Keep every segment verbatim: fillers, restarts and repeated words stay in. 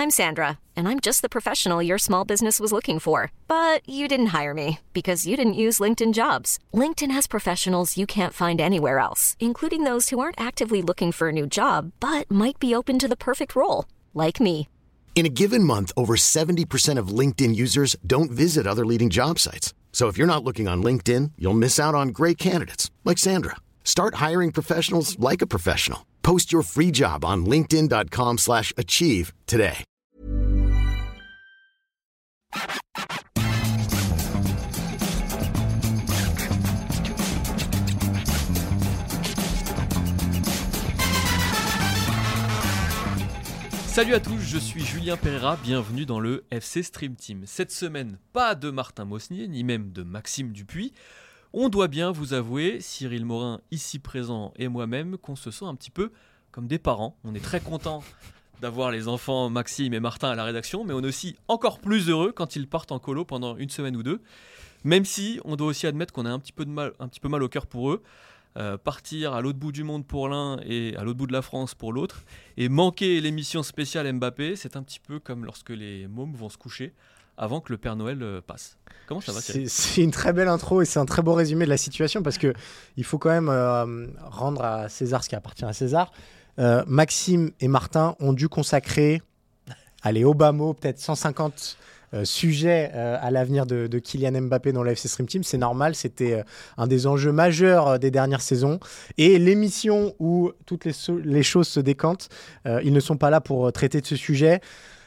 I'm Sandra, and I'm just the professional your small business was looking for. But you didn't hire me because you didn't use LinkedIn Jobs. LinkedIn has professionals you can't find anywhere else, including those who aren't actively looking for a new job, but might be open to the perfect role, like me. In a given month, over seventy percent of LinkedIn users don't visit other leading job sites. So if you're not looking on LinkedIn, you'll miss out on great candidates like Sandra. Start hiring professionals like a professional. Post your free job on linkedin.com slash achieve today. Salut à tous, je suis Julien Pereira, bienvenue dans le F C Stream Team. Cette semaine, pas de Martin Mosnier, ni même de Maxime Dupuis. On doit bien vous avouer, Cyril Morin ici présent et moi-même, qu'on se sent un petit peu comme des parents. On est très contents d'avoir les enfants Maxime et Martin à la rédaction, mais on est aussi encore plus heureux quand ils partent en colo pendant une semaine ou deux. Même si on doit aussi admettre qu'on a un petit peu, de mal, un petit peu mal au cœur pour eux. Euh, partir à l'autre bout du monde pour l'un et à l'autre bout de la France pour l'autre, et manquer l'émission spéciale Mbappé, c'est un petit peu comme lorsque les mômes vont se coucher avant que le Père Noël euh, passe. Comment ça va, c'est, c'est une très belle intro et c'est un très beau résumé de la situation, parce que il faut quand même euh, rendre à César ce qui appartient à César. Euh, Maxime et Martin ont dû consacrer, allez, au bas mot, peut-être cent cinquante Euh, sujet euh, à l'avenir de, de Kylian Mbappé dans le F C Stream Team. C'est normal, c'était euh, un des enjeux majeurs euh, des dernières saisons. Et l'émission où toutes les, so- les choses se décantent, euh, ils ne sont pas là pour euh, traiter de ce sujet.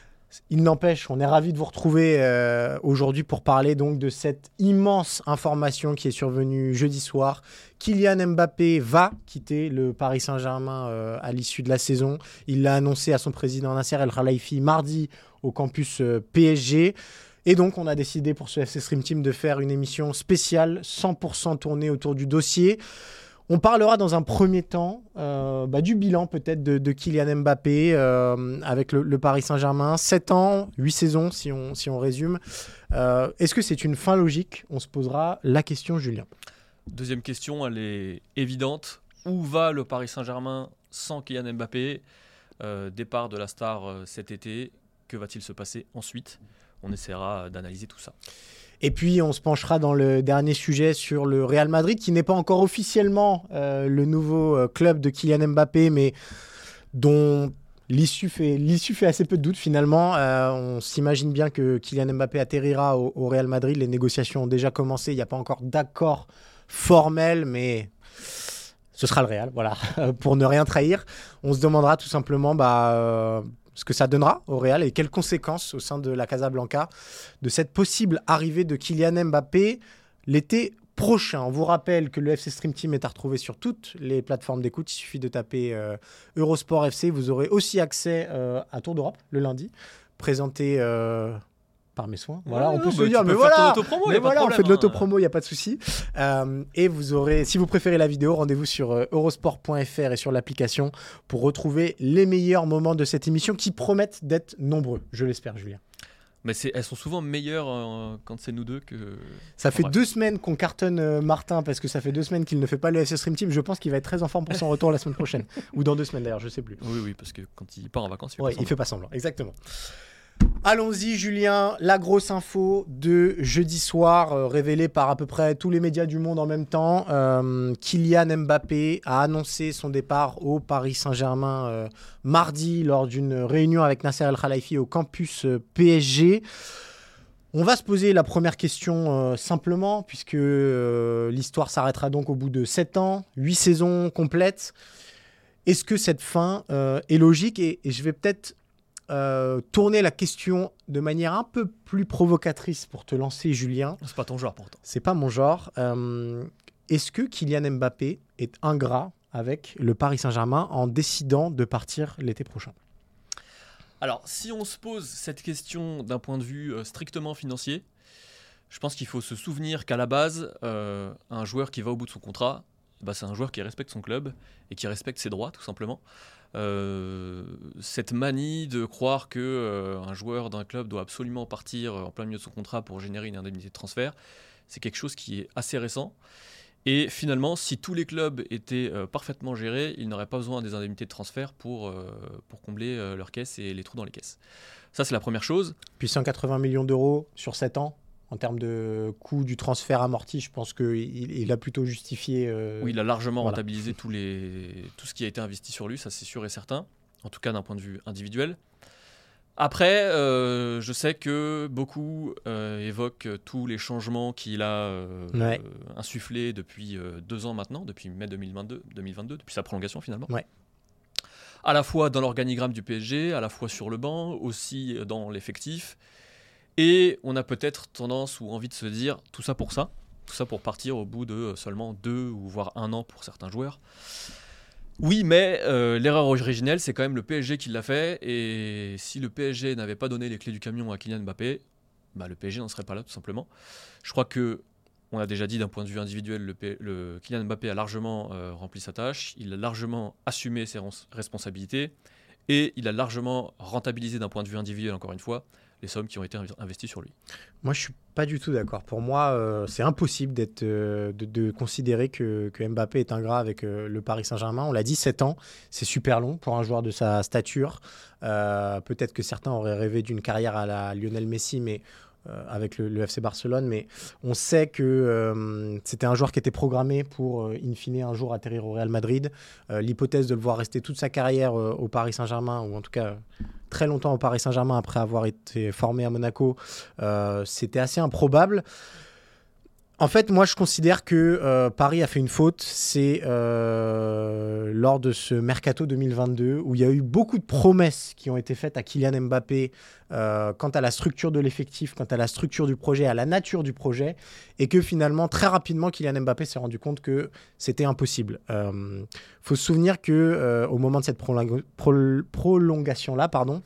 Il n'empêche, on est ravis de vous retrouver euh, aujourd'hui pour parler donc de cette immense information qui est survenue jeudi soir. Kylian Mbappé va quitter le Paris Saint-Germain euh, à l'issue de la saison. Il l'a annoncé à son président Nasser El Khelaifi mardi au campus euh, P S G. Et donc, on a décidé pour ce F C Stream Team de faire une émission spéciale, cent pour cent tournée autour du dossier. On parlera dans un premier temps euh, bah, du bilan peut-être de, de Kylian Mbappé euh, avec le, le Paris Saint-Germain. sept ans, huit saisons si on, si on résume. Euh, est-ce que c'est une fin logique ? On se posera la question, Julien. Deuxième question, elle est évidente. Où va le Paris Saint-Germain sans Kylian Mbappé ? euh, Départ de la star euh, cet été. Que va-t-il se passer ensuite ? On essaiera d'analyser tout ça. Et puis, on se penchera dans le dernier sujet sur le Real Madrid, qui n'est pas encore officiellement euh, le nouveau euh, club de Kylian Mbappé, mais dont l'issue fait, l'issue fait assez peu de doute finalement. Euh, on s'imagine bien que Kylian Mbappé atterrira au, au Real Madrid. Les négociations ont déjà commencé. Il n'y a pas encore d'accord formel, mais ce sera le Real, voilà, pour ne rien trahir. On se demandera tout simplement... Bah, euh, ce que ça donnera au Real et quelles conséquences au sein de la Casablanca de cette possible arrivée de Kylian Mbappé l'été prochain. On vous rappelle que le F C Stream Team est à retrouver sur toutes les plateformes d'écoute. Il suffit de taper euh, Eurosport F C. Vous aurez aussi accès euh, à Tour d'Europe le lundi, présenté euh, par mes soins. Voilà, ouais, on peut non, se mais dire, tu mais peux faire voilà, ton autopromo, mais y a pas de voilà, on problème, fait de hein. l'autopromo, il n'y a pas de souci. Euh, et vous aurez, si vous préférez la vidéo, rendez-vous sur euh, eurosport point f r et sur l'application pour retrouver les meilleurs moments de cette émission qui promettent d'être nombreux. Je l'espère, Julien. Mais c'est, elles sont souvent meilleures euh, quand c'est nous deux que... Ça fait Bref. deux semaines qu'on cartonne euh, Martin parce que ça fait deux semaines qu'il ne fait pas le F C Stream Team. Je pense qu'il va être très en forme pour son retour la semaine prochaine. Ou dans deux semaines d'ailleurs, je sais plus. Oui, oui, parce que quand il part en vacances, il fait Ouais, pas il semblant. fait pas semblant, exactement. Allons-y, Julien. La grosse info de jeudi soir, euh, révélée par à peu près tous les médias du monde en même temps. Euh, Kylian Mbappé a annoncé son départ au Paris Saint-Germain euh, mardi lors d'une réunion avec Nasser El Khelaifi au campus euh, P S G. On va se poser la première question euh, simplement, puisque euh, l'histoire s'arrêtera donc au bout de sept ans, huit saisons complètes. Est-ce que cette fin euh, est logique ? et, et je vais peut-être euh, tourner la question de manière un peu plus provocatrice pour te lancer, Julien. C'est pas ton genre pourtant. C'est pas mon genre. Euh, est-ce que Kylian Mbappé est ingrat avec le Paris Saint-Germain en décidant de partir l'été prochain ? Alors, si on se pose cette question d'un point de vue euh, strictement financier, je pense qu'il faut se souvenir qu'à la base, euh, un joueur qui va au bout de son contrat, bah, c'est un joueur qui respecte son club et qui respecte ses droits, tout simplement. Euh, cette manie de croire qu'un euh, joueur d'un club doit absolument partir en plein milieu de son contrat pour générer une indemnité de transfert, c'est quelque chose qui est assez récent. Et finalement, si tous les clubs étaient euh, parfaitement gérés, ils n'auraient pas besoin des indemnités de transfert pour, euh, pour combler euh, leurs caisses et les trous dans les caisses. Ça, c'est la première chose. Puis cent quatre-vingts millions d'euros sur sept ans, en termes de coût du transfert amorti, je pense qu'il il a plutôt justifié... Euh... Oui, il a largement voilà. rentabilisé tous les, tout ce qui a été investi sur lui, ça c'est sûr et certain, en tout cas d'un point de vue individuel. Après, euh, je sais que beaucoup euh, évoquent tous les changements qu'il a euh, ouais. euh, insufflés depuis euh, deux ans maintenant, depuis mai deux mille vingt-deux, deux mille vingt-deux, depuis sa prolongation finalement. Ouais. À la fois dans l'organigramme du P S G, à la fois sur le banc, aussi dans l'effectif. Et on a peut-être tendance ou envie de se dire tout ça pour ça, tout ça pour partir au bout de seulement deux ou voire un an pour certains joueurs. Oui, mais euh, l'erreur originelle, c'est quand même le P S G qui l'a fait. Et si le P S G n'avait pas donné les clés du camion à Kylian Mbappé, bah, le P S G n'en serait pas là, tout simplement. Je crois que, on a déjà dit d'un point de vue individuel, le, P- le Kylian Mbappé a largement euh, rempli sa tâche, il a largement assumé ses res- responsabilités et il a largement rentabilisé d'un point de vue individuel, encore une fois, les sommes qui ont été investies sur lui. Moi, je suis pas du tout d'accord. Pour moi, euh, c'est impossible d'être, euh, de, de considérer que, que Mbappé est ingrat avec euh, le Paris Saint-Germain. On l'a dit, sept ans, c'est super long pour un joueur de sa stature. Euh, peut-être que certains auraient rêvé d'une carrière à la Lionel Messi, mais euh, avec le, le F C Barcelone. Mais on sait que euh, c'était un joueur qui était programmé pour, euh, in fine, un jour atterrir au Real Madrid. Euh, l'hypothèse de le voir rester toute sa carrière euh, au Paris Saint-Germain, ou en tout cas... très longtemps au Paris Saint-Germain après avoir été formé à Monaco, euh, c'était assez improbable. En fait, moi, je considère que euh, Paris a fait une faute. C'est euh, lors de ce Mercato deux mille vingt-deux où il y a eu beaucoup de promesses qui ont été faites à Kylian Mbappé euh, quant à la structure de l'effectif, quant à la structure du projet, à la nature du projet, et que finalement, très rapidement, Kylian Mbappé s'est rendu compte que c'était impossible. Il euh, faut se souvenir qu'au euh, moment de cette prolong- pro- prolongation-là, pardon,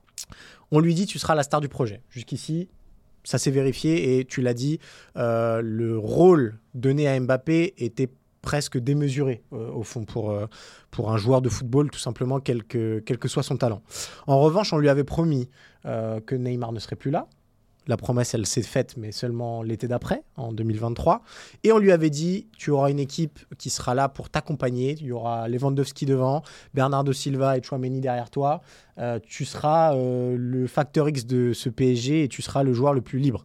on lui dit « tu seras la star du projet ». Jusqu'ici, ça s'est vérifié et tu l'as dit, euh, le rôle donné à Mbappé était presque démesuré euh, au fond pour, euh, pour un joueur de football, tout simplement, quel que, quel que soit son talent. En revanche, on lui avait promis euh, que Neymar ne serait plus là. La promesse, elle s'est faite, mais seulement l'été d'après, en deux mille vingt-trois. Et on lui avait dit, tu auras une équipe qui sera là pour t'accompagner. Il y aura Lewandowski devant, Bernardo Silva et Tchouaméni derrière toi. Euh, tu seras euh, le facteur X de ce P S G et tu seras le joueur le plus libre.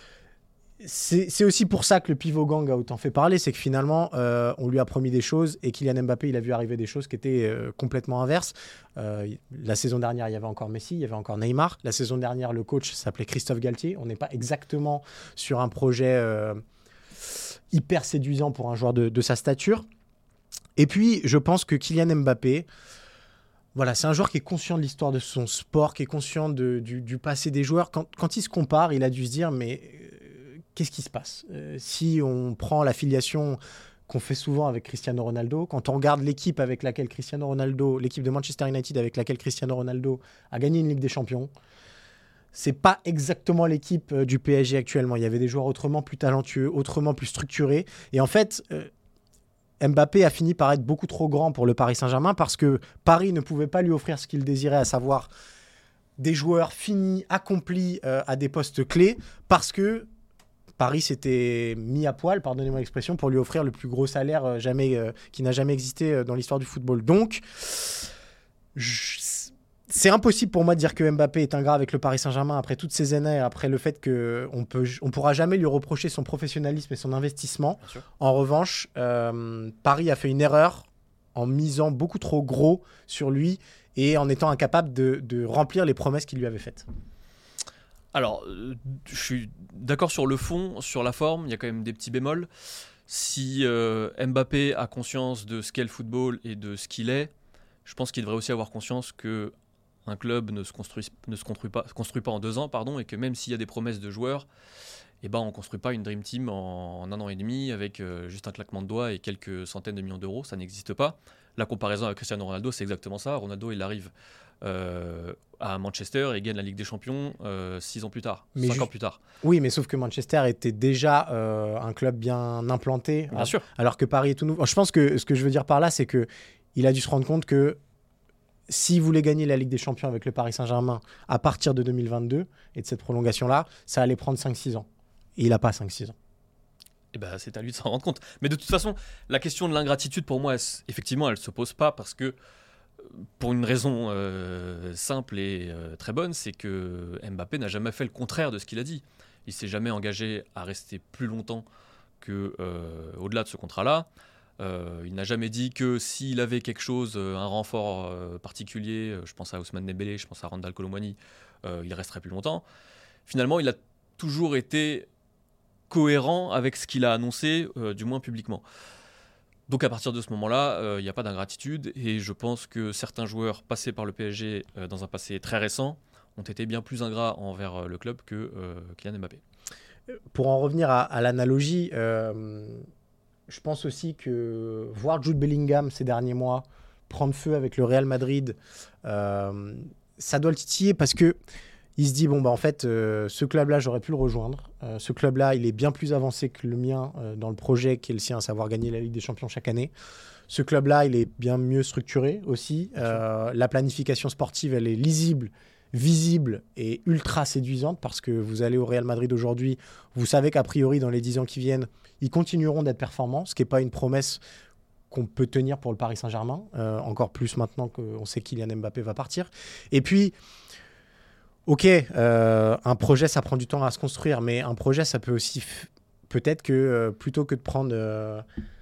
C'est, c'est aussi pour ça que le pivot gang a autant fait parler, c'est que finalement, euh, on lui a promis des choses et Kylian Mbappé, il a vu arriver des choses qui étaient euh, complètement inverses. Euh, la saison dernière, il y avait encore Messi, il y avait encore Neymar. La saison dernière, le coach s'appelait Christophe Galtier. On n'est pas exactement sur un projet euh, hyper séduisant pour un joueur de, de sa stature. Et puis, je pense que Kylian Mbappé, voilà, c'est un joueur qui est conscient de l'histoire de son sport, qui est conscient de, du, du passé des joueurs. Quand, quand il se compare, il a dû se dire, mais... qu'est-ce qui se passe euh, si on prend l'affiliation qu'on fait souvent avec Cristiano Ronaldo, quand on regarde l'équipe avec laquelle Cristiano Ronaldo, l'équipe de Manchester United avec laquelle Cristiano Ronaldo a gagné une Ligue des Champions, c'est pas exactement l'équipe euh, du P S G actuellement. Il y avait des joueurs autrement plus talentueux, autrement plus structurés. Et en fait, euh, Mbappé a fini par être beaucoup trop grand pour le Paris Saint-Germain parce que Paris ne pouvait pas lui offrir ce qu'il désirait, à savoir des joueurs finis, accomplis euh, à des postes clés, parce que Paris s'était mis à poil, pardonnez-moi l'expression, pour lui offrir le plus gros salaire jamais, euh, qui n'a jamais existé dans l'histoire du football. Donc, je, c'est impossible pour moi de dire que Mbappé est ingrat avec le Paris Saint-Germain après toutes ces années, après le fait qu'on peut, on pourra jamais lui reprocher son professionnalisme et son investissement. En revanche, euh, Paris a fait une erreur en misant beaucoup trop gros sur lui et en étant incapable de, de remplir les promesses qu'il lui avait faites. Alors, euh, je suis d'accord sur le fond, sur la forme, il y a quand même des petits bémols. Si euh, Mbappé a conscience de ce qu'est le football et de ce qu'il est, je pense qu'il devrait aussi avoir conscience qu'un club ne se construit, ne se construit pas, construit pas en deux ans, pardon, et que même s'il y a des promesses de joueurs, eh ben, on ne construit pas une Dream Team en, en un an et demi avec euh, juste un claquement de doigts et quelques centaines de millions d'euros, ça n'existe pas. La comparaison avec Cristiano Ronaldo, c'est exactement ça. Ronaldo, il arrive euh, à Manchester et gagne la Ligue des Champions euh, six ans plus tard, mais cinq ju- ans plus tard. Oui, mais sauf que Manchester était déjà euh, un club bien implanté, bien à, sûr. Alors que Paris est tout nouveau. Je pense que ce que je veux dire par là, c'est qu'il a dû se rendre compte que s'il voulait gagner la Ligue des Champions avec le Paris Saint-Germain à partir de deux mille vingt-deux et de cette prolongation-là, ça allait prendre cinq six ans. Et il n'a pas cinq six ans. Et ben, c'est à lui de s'en rendre compte. Mais de toute façon, la question de l'ingratitude, pour moi, elle, effectivement, elle ne se pose pas parce que, pour une raison euh, simple et euh, très bonne, c'est que Mbappé n'a jamais fait le contraire de ce qu'il a dit. Il ne s'est jamais engagé à rester plus longtemps que, euh, au-delà de ce contrat-là. Euh, il n'a jamais dit que s'il avait quelque chose, un renfort euh, particulier, je pense à Ousmane Dembélé, je pense à Randal Kolo Muani, euh, il resterait plus longtemps. Finalement, il a toujours été cohérent avec ce qu'il a annoncé, euh, du moins publiquement. Donc à partir de ce moment-là, il euh, n'y a pas d'ingratitude et je pense que certains joueurs passés par le P S G euh, dans un passé très récent ont été bien plus ingrats envers euh, le club que euh, Kylian Mbappé. Pour en revenir à, à l'analogie, euh, je pense aussi que voir Jude Bellingham ces derniers mois prendre feu avec le Real Madrid, euh, ça doit le titiller parce que il se dit, bon, bah, en fait, euh, ce club-là, j'aurais pu le rejoindre. Euh, ce club-là, il est bien plus avancé que le mien euh, dans le projet qui est le sien, à savoir gagner la Ligue des Champions chaque année. Ce club-là, il est bien mieux structuré aussi. Euh, la planification sportive, elle est lisible, visible et ultra séduisante parce que vous allez au Real Madrid aujourd'hui, vous savez qu'a priori, dans les dix ans qui viennent, ils continueront d'être performants, ce qui n'est pas une promesse qu'on peut tenir pour le Paris Saint-Germain, euh, encore plus maintenant qu'on sait que Kylian Mbappé va partir. Et puis, ok, euh, un projet, ça prend du temps à se construire, mais un projet, ça peut aussi... F... Peut-être que euh, plutôt que de prendre... Euh,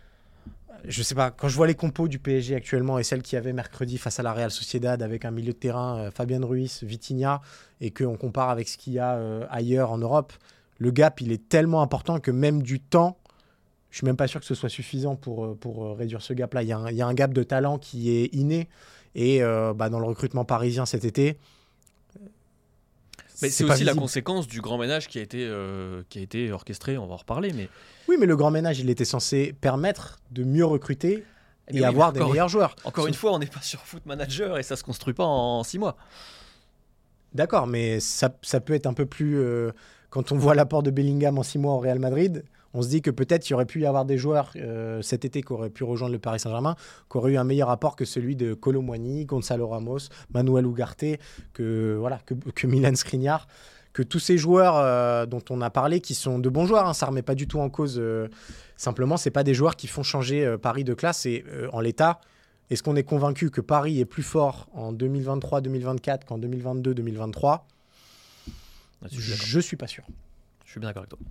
je sais pas, quand je vois les compos du P S G actuellement et celles qu'il y avait mercredi face à la Real Sociedad avec un milieu de terrain, euh, Fabien Ruiz, Vitinha, et qu'on compare avec ce qu'il y a euh, ailleurs en Europe, le gap, il est tellement important que même du temps, je suis même pas sûr que ce soit suffisant pour, pour réduire ce gap-là. Il y a un, il y a un gap de talent qui est inné, et euh, bah, dans le recrutement parisien cet été... Mais c'est, c'est aussi visible. La conséquence du grand ménage qui a été, euh, qui a été orchestré, on va en reparler. Mais... Oui, mais le grand ménage, il était censé permettre de mieux recruter et, et oui, avoir des meilleurs joueurs. Encore Sauf... une fois, on n'est pas sur Foot Manager et ça ne se construit pas en six mois. D'accord, mais ça, ça peut être un peu plus... Euh, quand on voit l'apport de Bellingham en six mois au Real Madrid, on se dit que peut-être il y aurait pu y avoir des joueurs euh, cet été qui auraient pu rejoindre le Paris Saint-Germain, qui auraient eu un meilleur apport que celui de Kolo Muani, Gonzalo Ramos, Manuel Ugarte, que, voilà, que, que Milan Skriniar, que tous ces joueurs euh, dont on a parlé, qui sont de bons joueurs, hein, ça ne remet pas du tout en cause. Euh, simplement, ce n'est pas des joueurs qui font changer euh, Paris de classe. Et euh, en l'état, est-ce qu'on est convaincu que Paris est plus fort en deux mille vingt-trois deux mille vingt-quatre qu'en deux mille vingt-deux deux mille vingt-trois ? Je ne suis pas sûr. Je suis bien d'accord avec toi.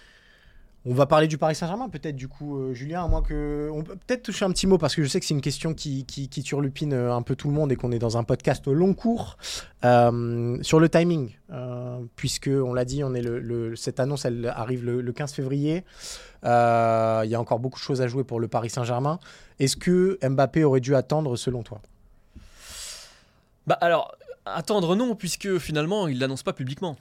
On va parler du Paris Saint-Germain, peut-être, du coup, euh, Julien, à moins que... On peut peut-être toucher un petit mot, parce que je sais que c'est une question qui, qui, qui turlupine un peu tout le monde et qu'on est dans un podcast au long cours. Euh, sur le timing, euh, puisque, on l'a dit, on est le, le, cette annonce, elle arrive le, le quinze février. Euh, il y a encore beaucoup de choses à jouer pour le Paris Saint-Germain. Est-ce que Mbappé aurait dû attendre, selon toi ? Bah alors, attendre non, puisque finalement, il ne l'annonce pas publiquement.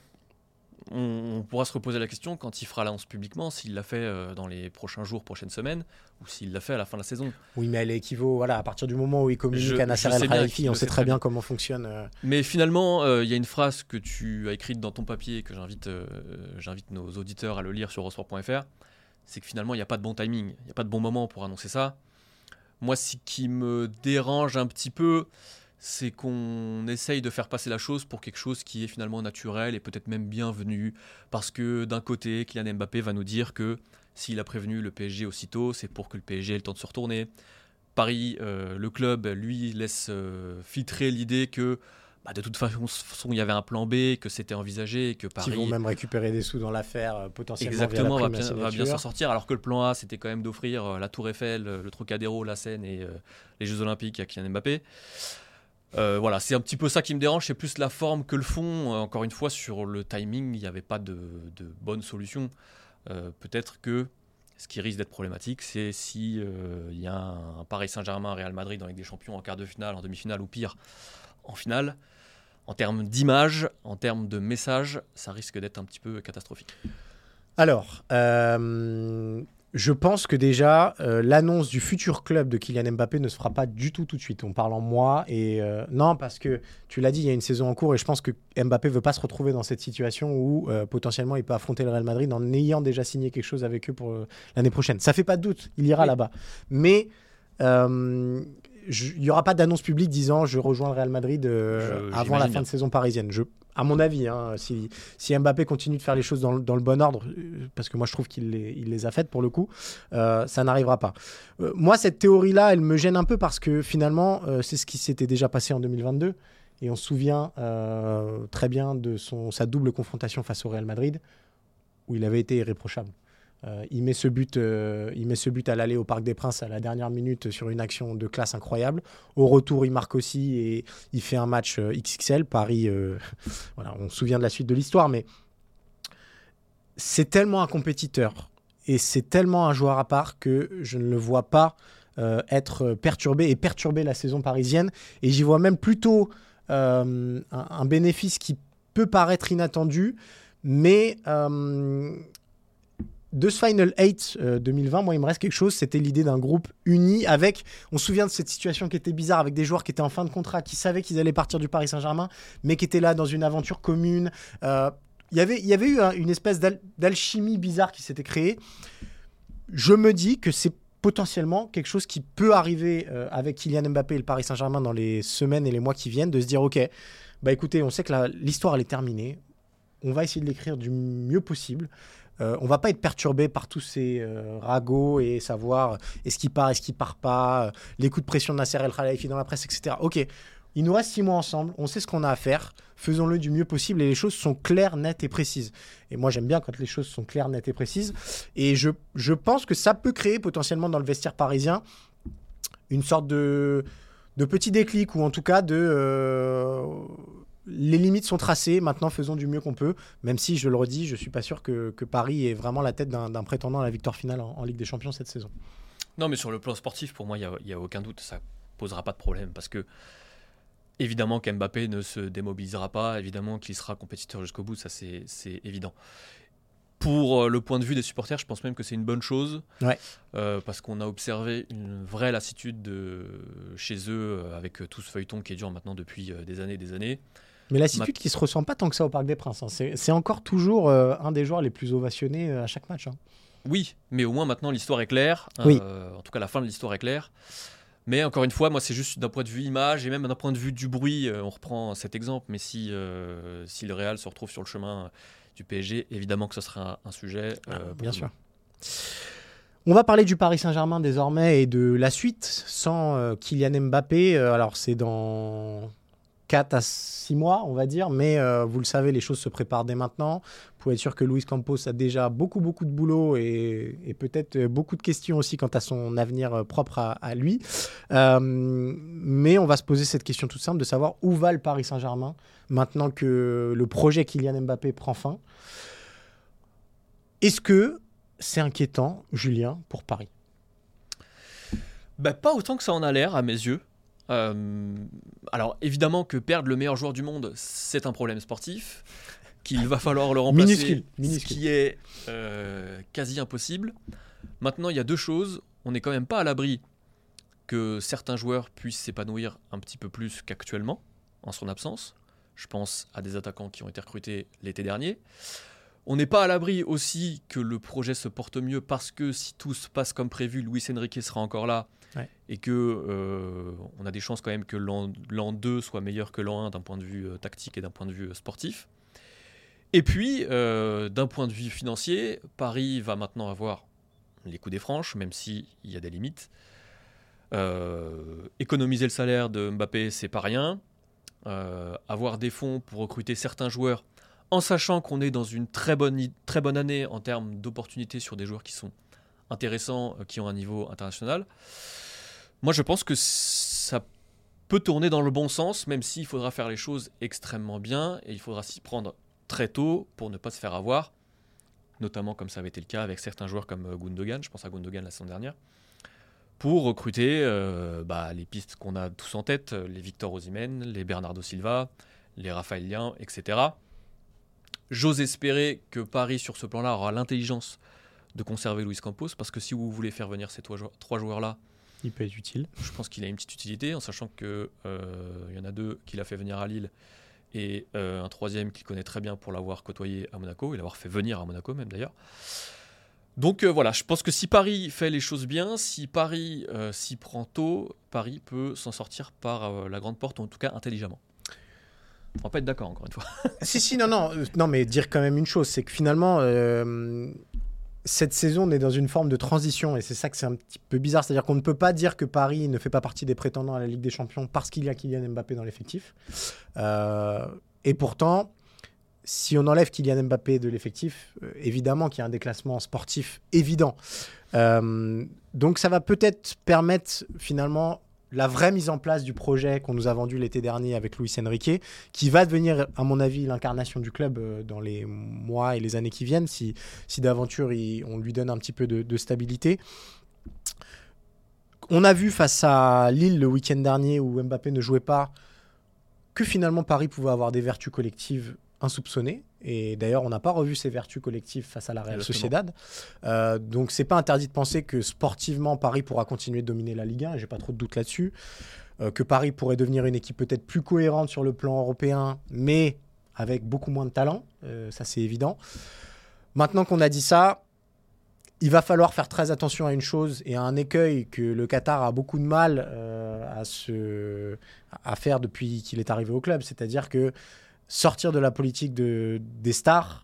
On pourra se reposer la question quand il fera l'annonce publiquement, s'il l'a fait dans les prochains jours, prochaines semaines, ou s'il l'a fait à la fin de la saison. Oui, mais elle équivaut, voilà, à partir du moment où il communique je, à Nasser El Khelaifi, on sait très bien, bien comment fonctionne. Euh... Mais finalement, il euh, y a une phrase que tu as écrite dans ton papier et que j'invite, euh, j'invite nos auditeurs à le lire sur eurosport point f r. C'est que finalement, il n'y a pas de bon timing, il n'y a pas de bon moment pour annoncer ça. Moi, ce qui me dérange un petit peu, c'est qu'on essaye de faire passer la chose pour quelque chose qui est finalement naturel et peut-être même bienvenu, parce que d'un côté, Kylian Mbappé va nous dire que s'il a prévenu le P S G aussitôt, c'est pour que le P S G ait le temps de se retourner. Paris, euh, le club, lui, laisse euh, filtrer l'idée que bah, de toute façon, il y avait un plan B, que c'était envisagé, que Paris... Qui vont même récupérer des sous dans l'affaire, euh, potentiellement Exactement, via la prime va, bien, va bien s'en sortir, alors que le plan A, c'était quand même d'offrir euh, la Tour Eiffel, le Trocadéro, la Seine et euh, les Jeux Olympiques à Kylian Mbappé. Euh, voilà, c'est un petit peu ça qui me dérange, c'est plus la forme que le fond. Euh, encore une fois, sur le timing, il n'y avait pas de, de bonne solution. Euh, peut-être que ce qui risque d'être problématique, c'est si il euh, y a un, un Paris Saint-Germain, Real Madrid en Ligue des Champions en quart de finale, en demi-finale ou pire, en finale. En termes d'image, en termes de message, ça risque d'être un petit peu catastrophique. Alors, euh, je pense que déjà, euh, l'annonce du futur club de Kylian Mbappé ne se fera pas du tout tout de suite. On parle en mois. Et euh, non, parce que tu l'as dit, il y a une saison en cours et je pense que Mbappé ne veut pas se retrouver dans cette situation où euh, potentiellement il peut affronter le Real Madrid en ayant déjà signé quelque chose avec eux pour euh, l'année prochaine. Ça ne fait pas de doute, il ira oui. là-bas. Mais euh, il n'y aura pas d'annonce publique disant je rejoins le Real Madrid euh, je, avant la fin de saison parisienne. Je, à mon avis, hein, si, si Mbappé continue de faire les choses dans, dans le bon ordre, parce que moi je trouve qu'il les, il les a faites pour le coup, euh, ça n'arrivera pas. Euh, moi, cette théorie-là, elle me gêne un peu parce que finalement, euh, c'est ce qui s'était déjà passé en deux mille vingt-deux. Et on se souvient euh, très bien de son, sa double confrontation face au Real Madrid, où il avait été irréprochable. Euh, il, met ce but, euh, il met ce but à l'aller au Parc des Princes à la dernière minute sur une action de classe incroyable. Au retour, il marque aussi et il fait un match euh, X X L. Paris, euh, voilà, on se souvient de la suite de l'histoire, mais c'est tellement un compétiteur et c'est tellement un joueur à part que je ne le vois pas euh, être perturbé et perturber la saison parisienne. Et j'y vois même plutôt euh, un, un bénéfice qui peut paraître inattendu, mais... Euh, de ce Final huit euh, deux mille vingt, moi, il me reste quelque chose. C'était l'idée d'un groupe uni avec... On se souvient de cette situation qui était bizarre avec des joueurs qui étaient en fin de contrat, qui savaient qu'ils allaient partir du Paris Saint-Germain, mais qui étaient là dans une aventure commune. Euh, y avait, y avait eu hein, une espèce d'al- d'alchimie bizarre qui s'était créée. Je me dis que c'est potentiellement quelque chose qui peut arriver euh, avec Kylian Mbappé et le Paris Saint-Germain dans les semaines et les mois qui viennent, de se dire, OK, bah écoutez, on sait que la, l'histoire, elle est terminée. On va essayer de l'écrire du mieux possible. Euh, on ne va pas être perturbé par tous ces euh, ragots et savoir euh, est-ce qu'il part, est-ce qu'il part pas, euh, les coups de pression de Nasser El Khelaifi dans la presse, et cetera. Ok, il nous reste six mois ensemble, on sait ce qu'on a à faire, faisons-le du mieux possible et les choses sont claires, nettes et précises. Et moi, j'aime bien quand les choses sont claires, nettes et précises. Et je, je pense que ça peut créer potentiellement dans le vestiaire parisien une sorte de, de petit déclic ou en tout cas de... Euh, les limites sont tracées, maintenant faisons du mieux qu'on peut, même si, je le redis, je ne suis pas sûr que, que Paris ait vraiment la tête d'un, d'un prétendant à la victoire finale en, en Ligue des Champions cette saison. Non, mais sur le plan sportif, pour moi, il n'y a, a aucun doute, ça ne posera pas de problème, parce que évidemment qu'Mbappé ne se démobilisera pas, évidemment qu'il sera compétiteur jusqu'au bout, ça c'est, c'est évident. Pour le point de vue des supporters, je pense même que c'est une bonne chose, ouais. euh, parce qu'on a observé une vraie lassitude de, chez eux, avec tout ce feuilleton qui dure maintenant depuis des années et des années. Mais lassitude qui ne se ressent pas tant que ça au Parc des Princes. Hein. C'est, c'est encore toujours euh, un des joueurs les plus ovationnés euh, à chaque match. Hein. Oui, mais au moins maintenant l'histoire est claire. Oui. Euh, en tout cas, la fin de l'histoire est claire. Mais encore une fois, moi, c'est juste d'un point de vue image et même d'un point de vue du bruit. Euh, on reprend cet exemple, mais si, euh, si le Real se retrouve sur le chemin du P S G, évidemment que ce sera un, un sujet. Euh, ah, bien sûr. On va parler du Paris Saint-Germain désormais et de la suite sans euh, Kylian Mbappé. Euh, alors, c'est dans quatre à six mois, on va dire, mais euh, vous le savez, les choses se préparent dès maintenant. Vous pouvez être sûr que Luis Campos a déjà beaucoup, beaucoup de boulot et, et peut-être beaucoup de questions aussi quant à son avenir propre à, à lui. Euh, mais on va se poser cette question toute simple de savoir où va le Paris Saint-Germain maintenant que le projet Kylian Mbappé prend fin. Est-ce que c'est inquiétant, Julien, pour Paris ? Bah, pas autant que ça en a l'air, à mes yeux. Euh, alors évidemment que perdre le meilleur joueur du monde, c'est un problème sportif, qu'il va falloir le remplacer, minuscule, minuscule. Ce qui est euh, quasi impossible. Maintenant, il y a deux choses. On n'est quand même pas à l'abri que certains joueurs puissent s'épanouir un petit peu plus qu'actuellement, en son absence. Je pense à des attaquants qui ont été recrutés l'été dernier. On n'est pas à l'abri aussi que le projet se porte mieux parce que si tout se passe comme prévu, Luis Enrique sera encore là. Ouais. Et que euh, on a des chances quand même que l'an, l'an deux soit meilleur que l'an un d'un point de vue euh, tactique et d'un point de vue euh, sportif. Et puis, euh, d'un point de vue financier, Paris va maintenant avoir les coups des franches, même s'il y a des limites. Euh, économiser le salaire de Mbappé, c'est pas rien. Euh, avoir des fonds pour recruter certains joueurs, en sachant qu'on est dans une très bonne, très bonne année en termes d'opportunités sur des joueurs qui sont intéressants, qui ont un niveau international. Moi, je pense que ça peut tourner dans le bon sens, même s'il faudra faire les choses extrêmement bien et il faudra s'y prendre très tôt pour ne pas se faire avoir, notamment comme ça avait été le cas avec certains joueurs comme Gundogan, je pense à Gundogan la saison dernière, pour recruter euh, bah, les pistes qu'on a tous en tête, les Victor Osimhen, les Bernardo Silva, les Raphaël Lian, et cetera. J'ose espérer que Paris, sur ce plan-là, aura l'intelligence de conserver Luis Campos, parce que si vous voulez faire venir ces trois joueurs-là, il peut être utile. Je pense qu'il a une petite utilité, en sachant qu'il euh, y en a deux qu'il a fait venir à Lille et euh, un troisième qu'il connaît très bien pour l'avoir côtoyé à Monaco, et l'avoir fait venir à Monaco même d'ailleurs. Donc euh, voilà, je pense que si Paris fait les choses bien, si Paris euh, s'y prend tôt, Paris peut s'en sortir par euh, la grande porte, ou en tout cas intelligemment. On va pas être d'accord, encore une fois. si, si, non, non, euh, non, mais dire quand même une chose, c'est que finalement, euh, cette saison, on est dans une forme de transition et c'est ça que c'est un petit peu bizarre. C'est-à-dire qu'on ne peut pas dire que Paris ne fait pas partie des prétendants à la Ligue des Champions parce qu'il y a Kylian Mbappé dans l'effectif. Euh, et pourtant, si on enlève Kylian Mbappé de l'effectif, euh, évidemment qu'il y a un déclassement sportif évident. Euh, donc ça va peut-être permettre finalement la vraie mise en place du projet qu'on nous a vendu l'été dernier avec Luis Enrique, qui va devenir, à mon avis, l'incarnation du club euh, dans les mois et les années qui viennent, si, si d'aventure il, on lui donne un petit peu de, de stabilité. On a vu face à Lille le week-end dernier où Mbappé ne jouait pas que finalement Paris pouvait avoir des vertus collectives insoupçonnées. Et d'ailleurs, on n'a pas revu ces vertus collectives face à la Real Sociedad. Euh, donc, c'est pas interdit de penser que sportivement, Paris pourra continuer de dominer la Ligue un. J'ai pas trop de doute là-dessus. Euh, que Paris pourrait devenir une équipe peut-être plus cohérente sur le plan européen, mais avec beaucoup moins de talent. Euh, ça, c'est évident. Maintenant qu'on a dit ça, il va falloir faire très attention à une chose et à un écueil que le Qatar a beaucoup de mal euh, à, se... à faire depuis qu'il est arrivé au club. C'est-à-dire que sortir de la politique de, des stars,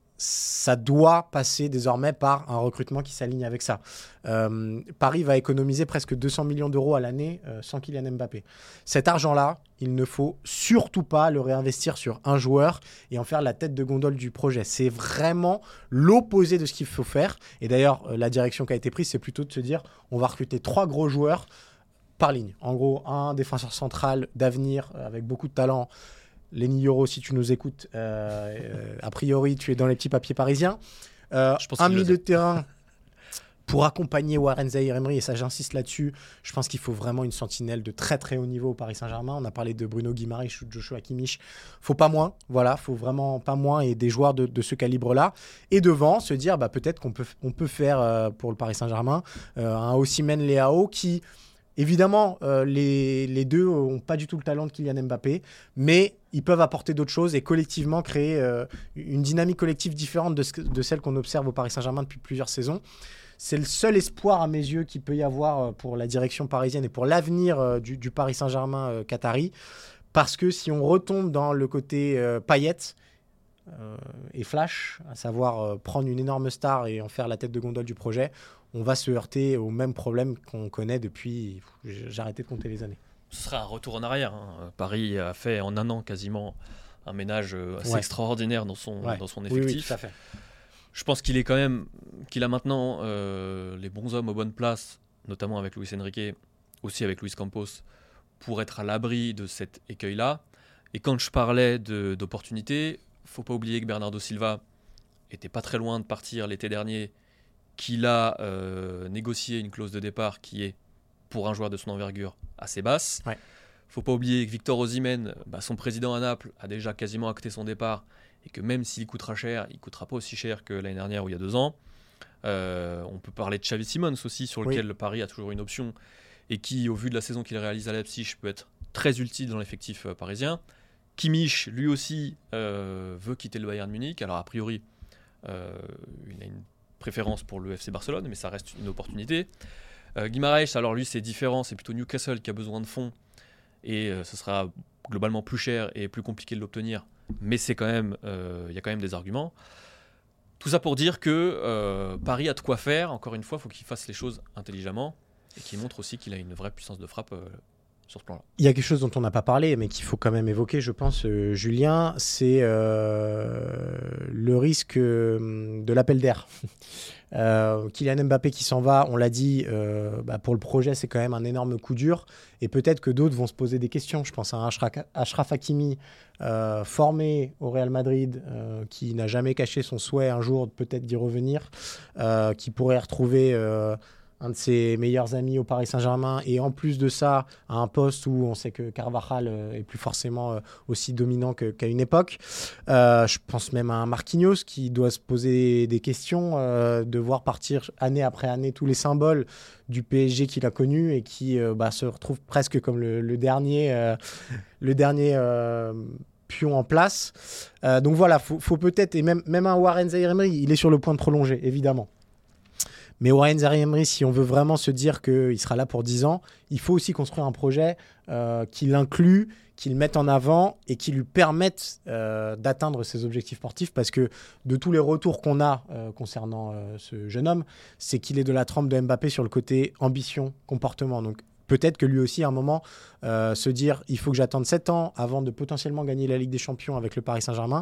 ça doit passer désormais par un recrutement qui s'aligne avec ça. Euh, Paris va économiser presque deux cents millions d'euros à l'année euh, sans Kylian Mbappé. Cet argent-là, il ne faut surtout pas le réinvestir sur un joueur et en faire la tête de gondole du projet. C'est vraiment l'opposé de ce qu'il faut faire. Et d'ailleurs, euh, la direction qui a été prise, c'est plutôt de se dire on va recruter trois gros joueurs par ligne. En gros, un défenseur central d'avenir euh, avec beaucoup de talent, Lenny Yoro, si tu nous écoutes, euh, euh, a priori, tu es dans les petits papiers parisiens. Euh, un milieu de terrain pour accompagner Warren Zaïre-Emery, et ça, j'insiste là-dessus. Je pense qu'il faut vraiment une sentinelle de très très haut niveau au Paris Saint-Germain. On a parlé de Bruno Guimaraes ou de Joshua Kimmich. Faut pas moins, voilà, faut vraiment pas moins et des joueurs de, de ce calibre-là. Et devant, se dire, bah, peut-être qu'on peut, on peut faire euh, pour le Paris Saint-Germain euh, un Osimhen Leao qui. Évidemment, euh, les, les deux n'ont pas du tout le talent de Kylian Mbappé, mais ils peuvent apporter d'autres choses et collectivement créer euh, une dynamique collective différente de, ce, de celle qu'on observe au Paris Saint-Germain depuis plusieurs saisons. C'est le seul espoir à mes yeux qu'il peut y avoir pour la direction parisienne et pour l'avenir euh, du, du Paris Saint-Germain euh, qatari. Parce que si on retombe dans le côté euh, paillettes euh, et flash, à savoir euh, prendre une énorme star et en faire la tête de gondole du projet, on va se heurter au même problème qu'on connaît depuis... J'ai arrêté de compter les années. Ce sera un retour en arrière. Hein. Paris a fait en un an quasiment un ménage assez ouais. extraordinaire dans son, ouais. dans son effectif. Oui, oui, tout à fait. Je pense qu'il est quand même, qu'il a maintenant euh, les bons hommes aux bonnes places, notamment avec Luis Enrique, aussi avec Luis Campos, pour être à l'abri de cet écueil-là. Et quand je parlais de, d'opportunités, il ne faut pas oublier que Bernardo Silva était pas très loin de partir l'été dernier, qu'il a euh, négocié une clause de départ qui est, pour un joueur de son envergure, assez basse. Il ouais. ne faut pas oublier que Victor Osimhen, bah, son président à Naples, a déjà quasiment acté son départ et que même s'il coûtera cher, il ne coûtera pas aussi cher que l'année dernière ou il y a deux ans. Euh, on peut parler de Xavi Simons aussi, sur lequel oui. le Paris a toujours une option et qui, au vu de la saison qu'il réalise à Leipzig, peut être très utile dans l'effectif euh, parisien. Kimmich, lui aussi, euh, veut quitter le Bayern Munich. Alors, a priori, euh, il a une préférence pour le F C Barcelone, mais ça reste une opportunité. Euh, Guimaraes, alors lui c'est différent, c'est plutôt Newcastle qui a besoin de fonds et euh, ce sera globalement plus cher et plus compliqué de l'obtenir, mais c'est quand même, il euh, y a quand même des arguments. Tout ça pour dire que euh, Paris a de quoi faire. Encore une fois, il faut qu'il fasse les choses intelligemment et qu'il montre aussi qu'il a une vraie puissance de frappe euh, sur ce plan-là. Il y a quelque chose dont on n'a pas parlé, mais qu'il faut quand même évoquer, je pense, euh, Julien, c'est euh, le risque euh, de l'appel d'air. Euh, Kylian Mbappé qui s'en va, on l'a dit, euh, bah pour le projet, c'est quand même un énorme coup dur. Et peut-être que d'autres vont se poser des questions. Je pense à un Achraf Hakimi, euh, formé au Real Madrid, euh, qui n'a jamais caché son souhait un jour peut-être d'y revenir, euh, qui pourrait retrouver... Euh, un de ses meilleurs amis au Paris Saint-Germain, et en plus de ça, à un poste où on sait que Carvajal est plus forcément aussi dominant que, qu'à une époque. Euh, je pense même à un Marquinhos qui doit se poser des questions, euh, de voir partir année après année tous les symboles du P S G qu'il a connu et qui euh, bah, se retrouve presque comme le, le dernier, euh, le dernier euh, pion en place. Euh, donc voilà, faut, faut peut-être, et même, même un Warren Zaïre-Emery, il est sur le point de prolonger, évidemment. Mais Warren Zaïre-Emery, si on veut vraiment se dire qu'il sera là pour dix ans, il faut aussi construire un projet euh, qui l'inclut, qui le mettent en avant et qui lui permettent euh, d'atteindre ses objectifs sportifs, parce que de tous les retours qu'on a euh, concernant euh, ce jeune homme, c'est qu'il est de la trempe de Mbappé sur le côté ambition, comportement. Donc peut-être que lui aussi, à un moment, euh, se dire il faut que j'attende sept ans avant de potentiellement gagner la Ligue des Champions avec le Paris Saint-Germain.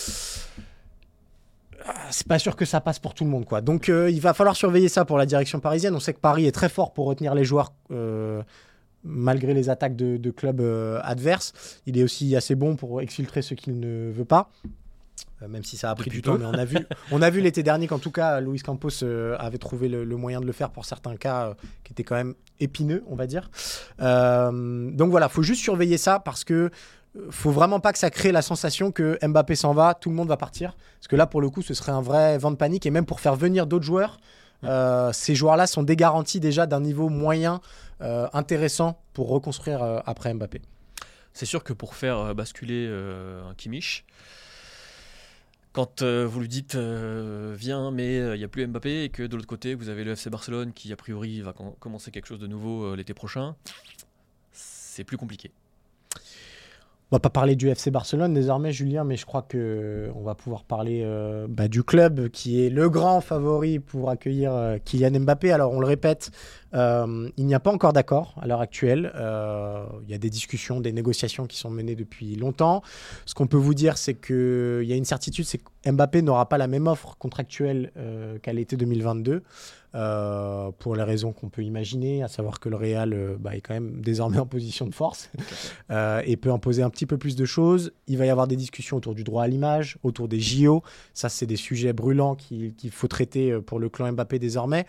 C'est pas sûr que ça passe pour tout le monde, quoi. Donc euh, il va falloir surveiller ça pour la direction parisienne. On sait que Paris est très fort pour retenir les joueurs euh, malgré les attaques de, de clubs euh, adverses. Il est aussi assez bon pour exfiltrer ceux qu'il ne veut pas. Euh, même si ça a pris Depuis du peu. temps, mais on a vu, on a vu l'été dernier qu'en tout cas, Luis Campos euh, avait trouvé le, le moyen de le faire pour certains cas euh, qui étaient quand même épineux, on va dire. Euh, donc voilà, il faut juste surveiller ça, parce que euh, faut vraiment pas que ça crée la sensation que Mbappé s'en va, tout le monde va partir. Parce que là, pour le coup, ce serait un vrai vent de panique. Et même pour faire venir d'autres joueurs, euh, ces joueurs-là sont dégarantis déjà d'un niveau moyen euh, intéressant pour reconstruire euh, après Mbappé. C'est sûr que pour faire euh, basculer euh, un Kimmich, quand euh, vous lui dites euh, viens, mais il euh, n'y a plus Mbappé, et que de l'autre côté vous avez le F C Barcelone qui a priori va com- commencer quelque chose de nouveau euh, l'été prochain, c'est plus compliqué. On va pas parler du F C Barcelone désormais, Julien, mais je crois que on va pouvoir parler euh, bah, du club qui est le grand favori pour accueillir euh, Kylian Mbappé. Alors on le répète, euh, il n'y a pas encore d'accord à l'heure actuelle. Euh, il y a des discussions, des négociations qui sont menées depuis longtemps. Ce qu'on peut vous dire, c'est qu'il y a une certitude, c'est que Mbappé n'aura pas la même offre contractuelle euh, qu'à l'été deux mille vingt-deux. Euh, pour les raisons qu'on peut imaginer, à savoir que le Real euh, bah, est quand même désormais en position de force euh, et peut imposer un petit peu plus de choses. Il va y avoir des discussions autour du droit à l'image, autour des J O. Ça, c'est des sujets brûlants qu'il, qu'il faut traiter pour le clan Mbappé désormais.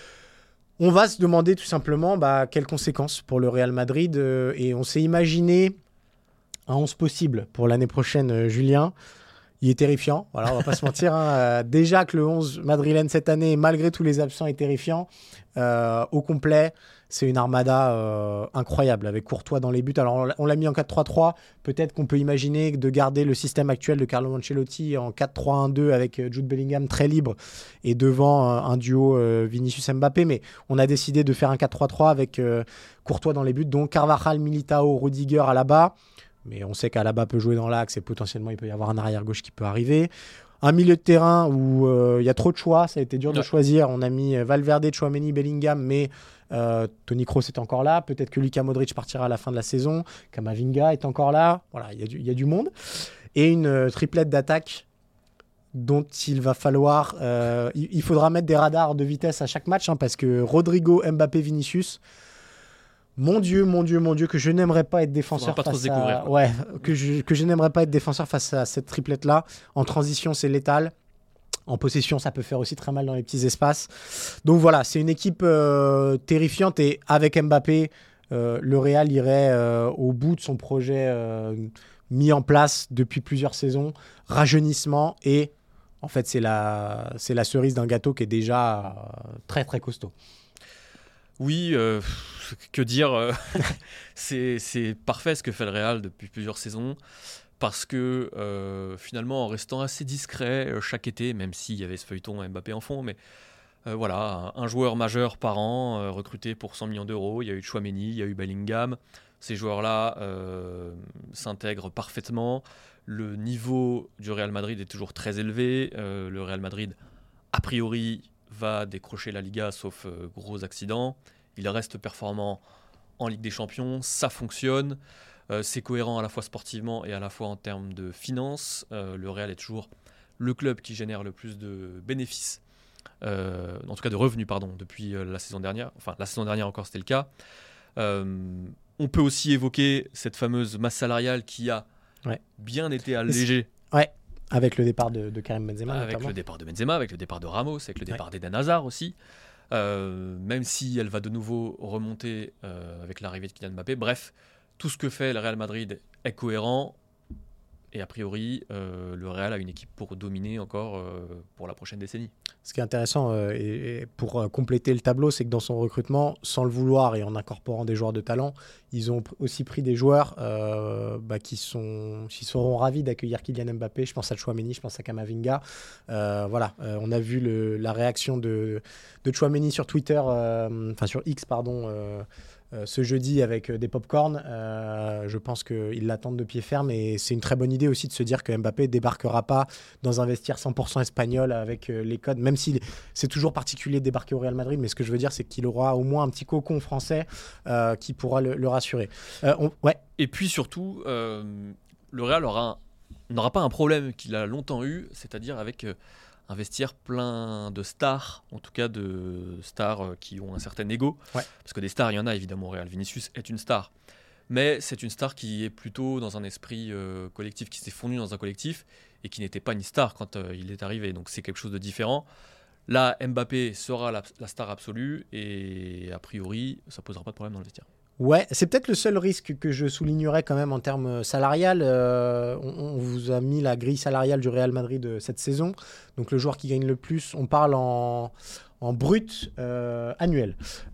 On va se demander tout simplement bah, quelles conséquences pour le Real Madrid euh, et on s'est imaginé un onze possible pour l'année prochaine, euh, Julien. Il est terrifiant, voilà, on va pas se mentir. Hein. Euh, déjà que le onze madrilène cette année, malgré tous les absents, est terrifiant. Euh, au complet, c'est une armada euh, incroyable, avec Courtois dans les buts. Alors, on l'a, on l'a mis en quatre trois trois. Peut-être qu'on peut imaginer de garder le système actuel de Carlo Ancelotti en quatre trois un deux avec Jude Bellingham très libre et devant euh, un duo euh, Vinicius-Mbappé. Mais on a décidé de faire un quatre trois trois avec euh, Courtois dans les buts. Donc, Carvajal, Militao, Rudiger à la bas. Mais on sait qu'Alaba peut jouer dans l'axe et potentiellement il peut y avoir un arrière-gauche qui peut arriver. Un milieu de terrain où il euh, y a trop de choix, ça a été dur ouais. de choisir. On a mis Valverde, Tchouaméni, Bellingham, mais euh, Toni Kroos est encore là. Peut-être que Luka Modric partira à la fin de la saison. Camavinga est encore là. Voilà, il y, y a du monde. Et une euh, triplette d'attaque dont il va falloir... Euh, il, il faudra mettre des radars de vitesse à chaque match hein, parce que Rodrigo, Mbappé, Vinicius... Mon Dieu, mon Dieu, mon Dieu, que je n'aimerais pas être défenseur pas face trop à... quoi. Ouais, que je, que je n'aimerais pas être défenseur face à cette triplette-là. En transition, c'est létal. En possession, ça peut faire aussi très mal dans les petits espaces. Donc voilà, c'est une équipe euh, terrifiante. Et avec Mbappé, euh, le Real irait euh, au bout de son projet euh, mis en place depuis plusieurs saisons. Rajeunissement et... En fait, c'est la, c'est la cerise d'un gâteau qui est déjà euh, très, très costaud. Oui, euh, que dire euh, c'est, c'est parfait ce que fait le Real depuis plusieurs saisons, parce que euh, finalement, en restant assez discret euh, chaque été, même s'il y avait ce feuilleton Mbappé en fond, mais euh, voilà, un, un joueur majeur par an, euh, recruté pour cent millions d'euros. Il y a eu Tchouaméni, il y a eu Bellingham. Ces joueurs-là euh, s'intègrent parfaitement. Le niveau du Real Madrid est toujours très élevé. Euh, le Real Madrid, a priori, va décrocher la Liga sauf euh, gros accident. Il reste performant en Ligue des Champions, ça fonctionne, euh, c'est cohérent à la fois sportivement et à la fois en termes de finances. Euh, le Real est toujours le club qui génère le plus de bénéfices, euh, en tout cas de revenus pardon, depuis euh, la saison dernière. Enfin la saison dernière encore c'était le cas. Euh, on peut aussi évoquer cette fameuse masse salariale qui a ouais. bien été allégée. Ouais. Avec le départ de, de Karim Benzema. Avec notamment. le départ de Benzema, avec le départ de Ramos, avec le départ ouais. d'Eden Hazard aussi. Euh, même si elle va de nouveau remonter euh, avec l'arrivée de Kylian Mbappé. Bref, tout ce que fait le Real Madrid est cohérent. Et a priori, euh, le Real a une équipe pour dominer encore euh, pour la prochaine décennie. Ce qui est intéressant, euh, et, et pour euh, compléter le tableau, c'est que dans son recrutement, sans le vouloir et en incorporant des joueurs de talent, ils ont aussi pris des joueurs euh, bah, qui, sont, qui seront ravis d'accueillir Kylian Mbappé. Je pense à Tchouaméni, je pense à Camavinga. Euh, voilà, euh, on a vu le, la réaction de, de Tchouaméni sur Twitter, enfin euh, sur X, pardon, euh, euh, ce jeudi avec des pop-corn. Euh, je pense qu'ils l'attendent de pied ferme et c'est une très bonne idée aussi de se dire que Mbappé débarquera pas dans un vestiaire cent pour cent espagnol avec euh, les codes, même si c'est toujours particulier de débarquer au Real Madrid, mais ce que je veux dire c'est qu'il aura au moins un petit cocon français euh, qui pourra le, le rassurer. Euh, on, ouais. Et puis surtout, euh, le Real aura un, n'aura pas un problème qu'il a longtemps eu, c'est-à-dire avec euh, un vestiaire plein de stars, en tout cas de stars euh, qui ont un certain ego. Ouais. Parce que des stars, il y en a évidemment au Real. Vinicius est une star. Mais c'est une star qui est plutôt dans un esprit euh, collectif, qui s'est fondu dans un collectif et qui n'était pas une star quand euh, il est arrivé. Donc c'est quelque chose de différent. Là, Mbappé sera la, la star absolue et a priori, ça ne posera pas de problème dans le vestiaire. Ouais, c'est peut-être le seul risque que je soulignerais quand même en termes salarial. Euh, on, on vous a mis la grille salariale du Real Madrid cette saison. Donc le joueur qui gagne le plus, on parle en, en brut euh, annuel.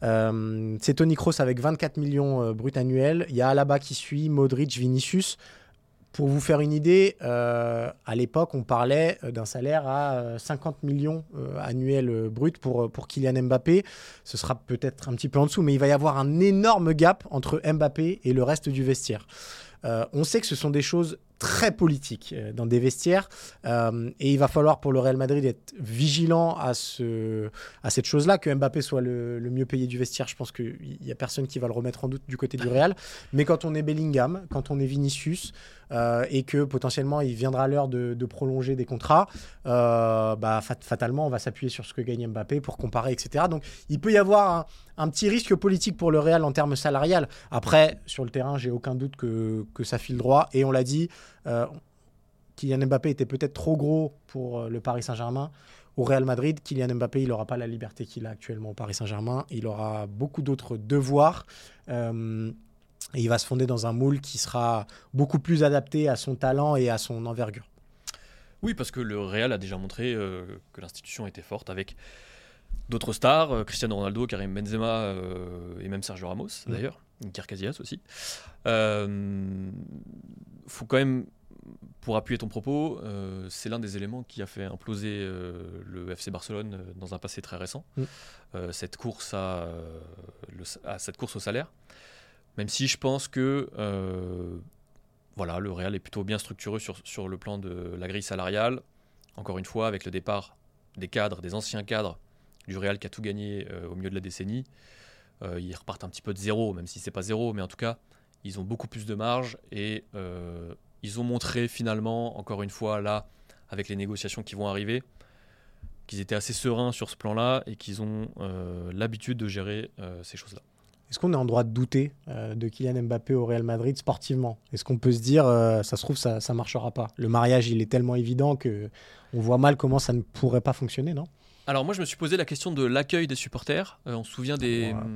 Euh, c'est Toni Kroos avec vingt-quatre millions euh, brut annuels. Il y a Alaba qui suit, Modric, Vinicius. Pour vous faire une idée, euh, à l'époque, on parlait d'un salaire à cinquante millions euh, annuels euh, bruts pour, pour Kylian Mbappé. Ce sera peut-être un petit peu en dessous, mais il va y avoir un énorme gap entre Mbappé et le reste du vestiaire. Euh, on sait que ce sont des choses très politiques euh, dans des vestiaires euh, et il va falloir pour le Real Madrid être vigilant à, ce, à cette chose-là, que Mbappé soit le, le mieux payé du vestiaire. Je pense qu'il n'y a personne qui va le remettre en doute du côté du Real. Mais quand on est Bellingham, quand on est Vinicius euh, et que potentiellement il viendra l'heure de, de prolonger des contrats, euh, bah, fat- fatalement on va s'appuyer sur ce que gagne Mbappé pour comparer, et cetera. Donc il peut y avoir un, un petit risque politique pour le Real en termes salarial. Après, sur le terrain, j'ai aucun doute que, que ça file droit. Et on l'a dit, euh, Kylian Mbappé était peut-être trop gros pour euh, le Paris Saint-Germain. Au Real Madrid, Kylian Mbappé, il n'aura pas la liberté qu'il a actuellement au Paris Saint-Germain. Il aura beaucoup d'autres devoirs. Euh, et il va se fonder dans un moule qui sera beaucoup plus adapté à son talent et à son envergure. Oui, parce que le Real a déjà montré euh, que l'institution était forte avec d'autres stars, euh, Cristiano Ronaldo, Karim Benzema euh, et même Sergio Ramos, mmh. d'ailleurs, Iker Casillas aussi. Il euh, faut quand même, pour appuyer ton propos, euh, c'est l'un des éléments qui a fait imploser euh, le F C Barcelone dans un passé très récent. Mmh. Euh, cette, course à, euh, le, à cette course au salaire. Même si je pense que euh, voilà, le Real est plutôt bien structuré sur, sur le plan de la grille salariale. Encore une fois, avec le départ des cadres, des anciens cadres du Real qui a tout gagné euh, au milieu de la décennie, euh, ils repartent un petit peu de zéro, même si c'est pas zéro, mais en tout cas, ils ont beaucoup plus de marge et euh, ils ont montré finalement, encore une fois, là, avec les négociations qui vont arriver, qu'ils étaient assez sereins sur ce plan-là et qu'ils ont euh, l'habitude de gérer euh, ces choses-là. Est-ce qu'on est en droit de douter euh, de Kylian Mbappé au Real Madrid sportivement ? Est-ce qu'on peut se dire, euh, ça se trouve, ça ne marchera pas ? Le mariage, il est tellement évident qu'on voit mal comment ça ne pourrait pas fonctionner, non ? Alors moi, je me suis posé la question de l'accueil des supporters. Euh, on se souvient des, ouais.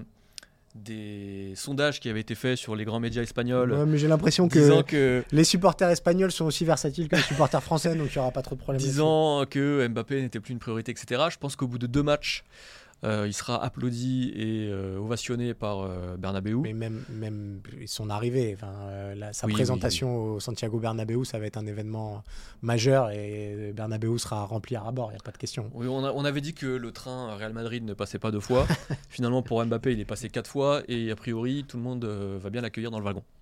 des sondages qui avaient été faits sur les grands médias espagnols. Ouais, mais j'ai l'impression que, que les supporters espagnols sont aussi versatiles que les supporters français, donc il n'y aura pas trop de problèmes. Disant que Mbappé n'était plus une priorité, et cetera. Je pense qu'au bout de deux matchs, Euh, il sera applaudi et euh, ovationné par euh, Bernabéu. Mais même, même son arrivée, enfin, euh, la, sa oui, présentation oui, oui. au Santiago Bernabéu, ça va être un événement majeur et Bernabéu sera rempli à ras-bord, il n'y a pas de question. Oui, on, a, on avait dit que le train Real Madrid ne passait pas deux fois. Finalement, pour Mbappé, il est passé quatre fois et a priori, tout le monde euh, va bien l'accueillir dans le wagon.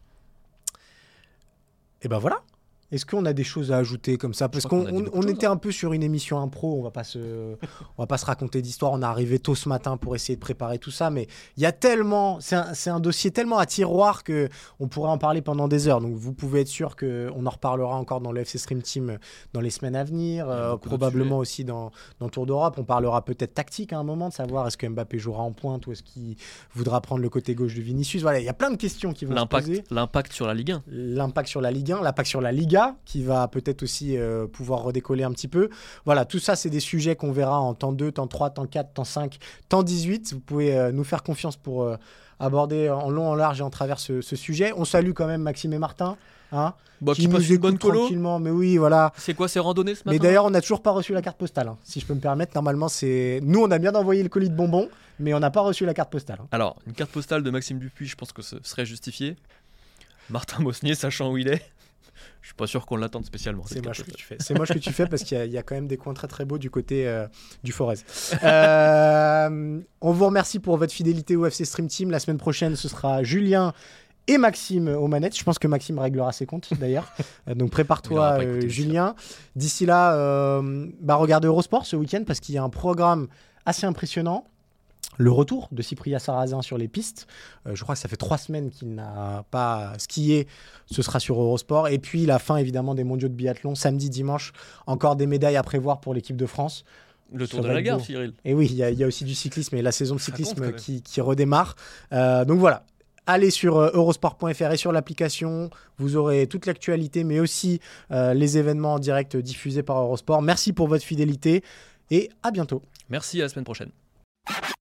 Et ben voilà. Est-ce qu'on a des choses à ajouter comme ça ? Parce qu'on, qu'on on, on était hein. un peu sur une émission impro, on va pas se, on va pas se raconter d'histoire. On est arrivé tôt ce matin pour essayer de préparer tout ça, mais il y a tellement, c'est un, c'est un dossier tellement à tiroir que on pourrait en parler pendant des heures. Donc vous pouvez être sûr que on en reparlera encore dans le F C Stream Team dans les semaines à venir, euh, probablement aussi dans dans Tour d'Europe. On parlera peut-être tactique à un moment, de savoir est-ce que Mbappé jouera en pointe ou est-ce qu'il voudra prendre le côté gauche de Vinicius. Voilà, il y a plein de questions qui vont l'impact, se poser. L'impact sur la Ligue un. L'impact sur la Ligue un, l'impact sur la Liga, qui va peut-être aussi euh, pouvoir redécoller un petit peu. Voilà, tout ça, c'est des sujets qu'on verra en temps deux, temps trois, temps quatre, temps cinq, temps dix-huit. Vous pouvez euh, nous faire confiance pour euh, aborder en long, en large et en travers ce, ce sujet. On salue quand même Maxime et Martin, hein, bah, qui, qui nous écoutent bonne colo. Tranquillement. Mais oui, voilà. C'est quoi ces randonnées ce matin ? Mais d'ailleurs, on n'a toujours pas reçu la carte postale, hein, si je peux me permettre. Normalement, c'est nous, on a bien envoyé le colis de bonbons, mais on n'a pas reçu la carte postale. Hein. Alors, une carte postale de Maxime Dupuis, je pense que ce serait justifié. Martin Mosnier, sachant où il est. Je suis pas sûr qu'on l'attende spécialement. C'est moche que tu fais. C'est moche que tu fais parce qu'il y a, il y a quand même des coins très très beaux du côté euh, du Forez. Euh, on vous remercie pour votre fidélité au F C Stream Team. La semaine prochaine, ce sera Julien et Maxime aux manettes. Je pense que Maxime réglera ses comptes d'ailleurs. Euh, donc prépare-toi, euh, Julien. D'ici là, euh, bah, regardez Eurosport ce week-end parce qu'il y a un programme assez impressionnant. Le retour de Cyprien Sarrazin sur les pistes. Euh, je crois que ça fait trois semaines qu'il n'a pas skié. Ce sera sur Eurosport. Et puis la fin évidemment des mondiaux de biathlon. Samedi, dimanche, encore des médailles à prévoir pour l'équipe de France. Le Tour de la Gare, Cyril. Et oui, il y, y a aussi du cyclisme et la saison de cyclisme qui, qui redémarre. Euh, donc voilà. Allez sur euh, eurosport point f r et sur l'application, vous aurez toute l'actualité, mais aussi euh, les événements en direct diffusés par Eurosport. Merci pour votre fidélité et à bientôt. Merci, à la semaine prochaine.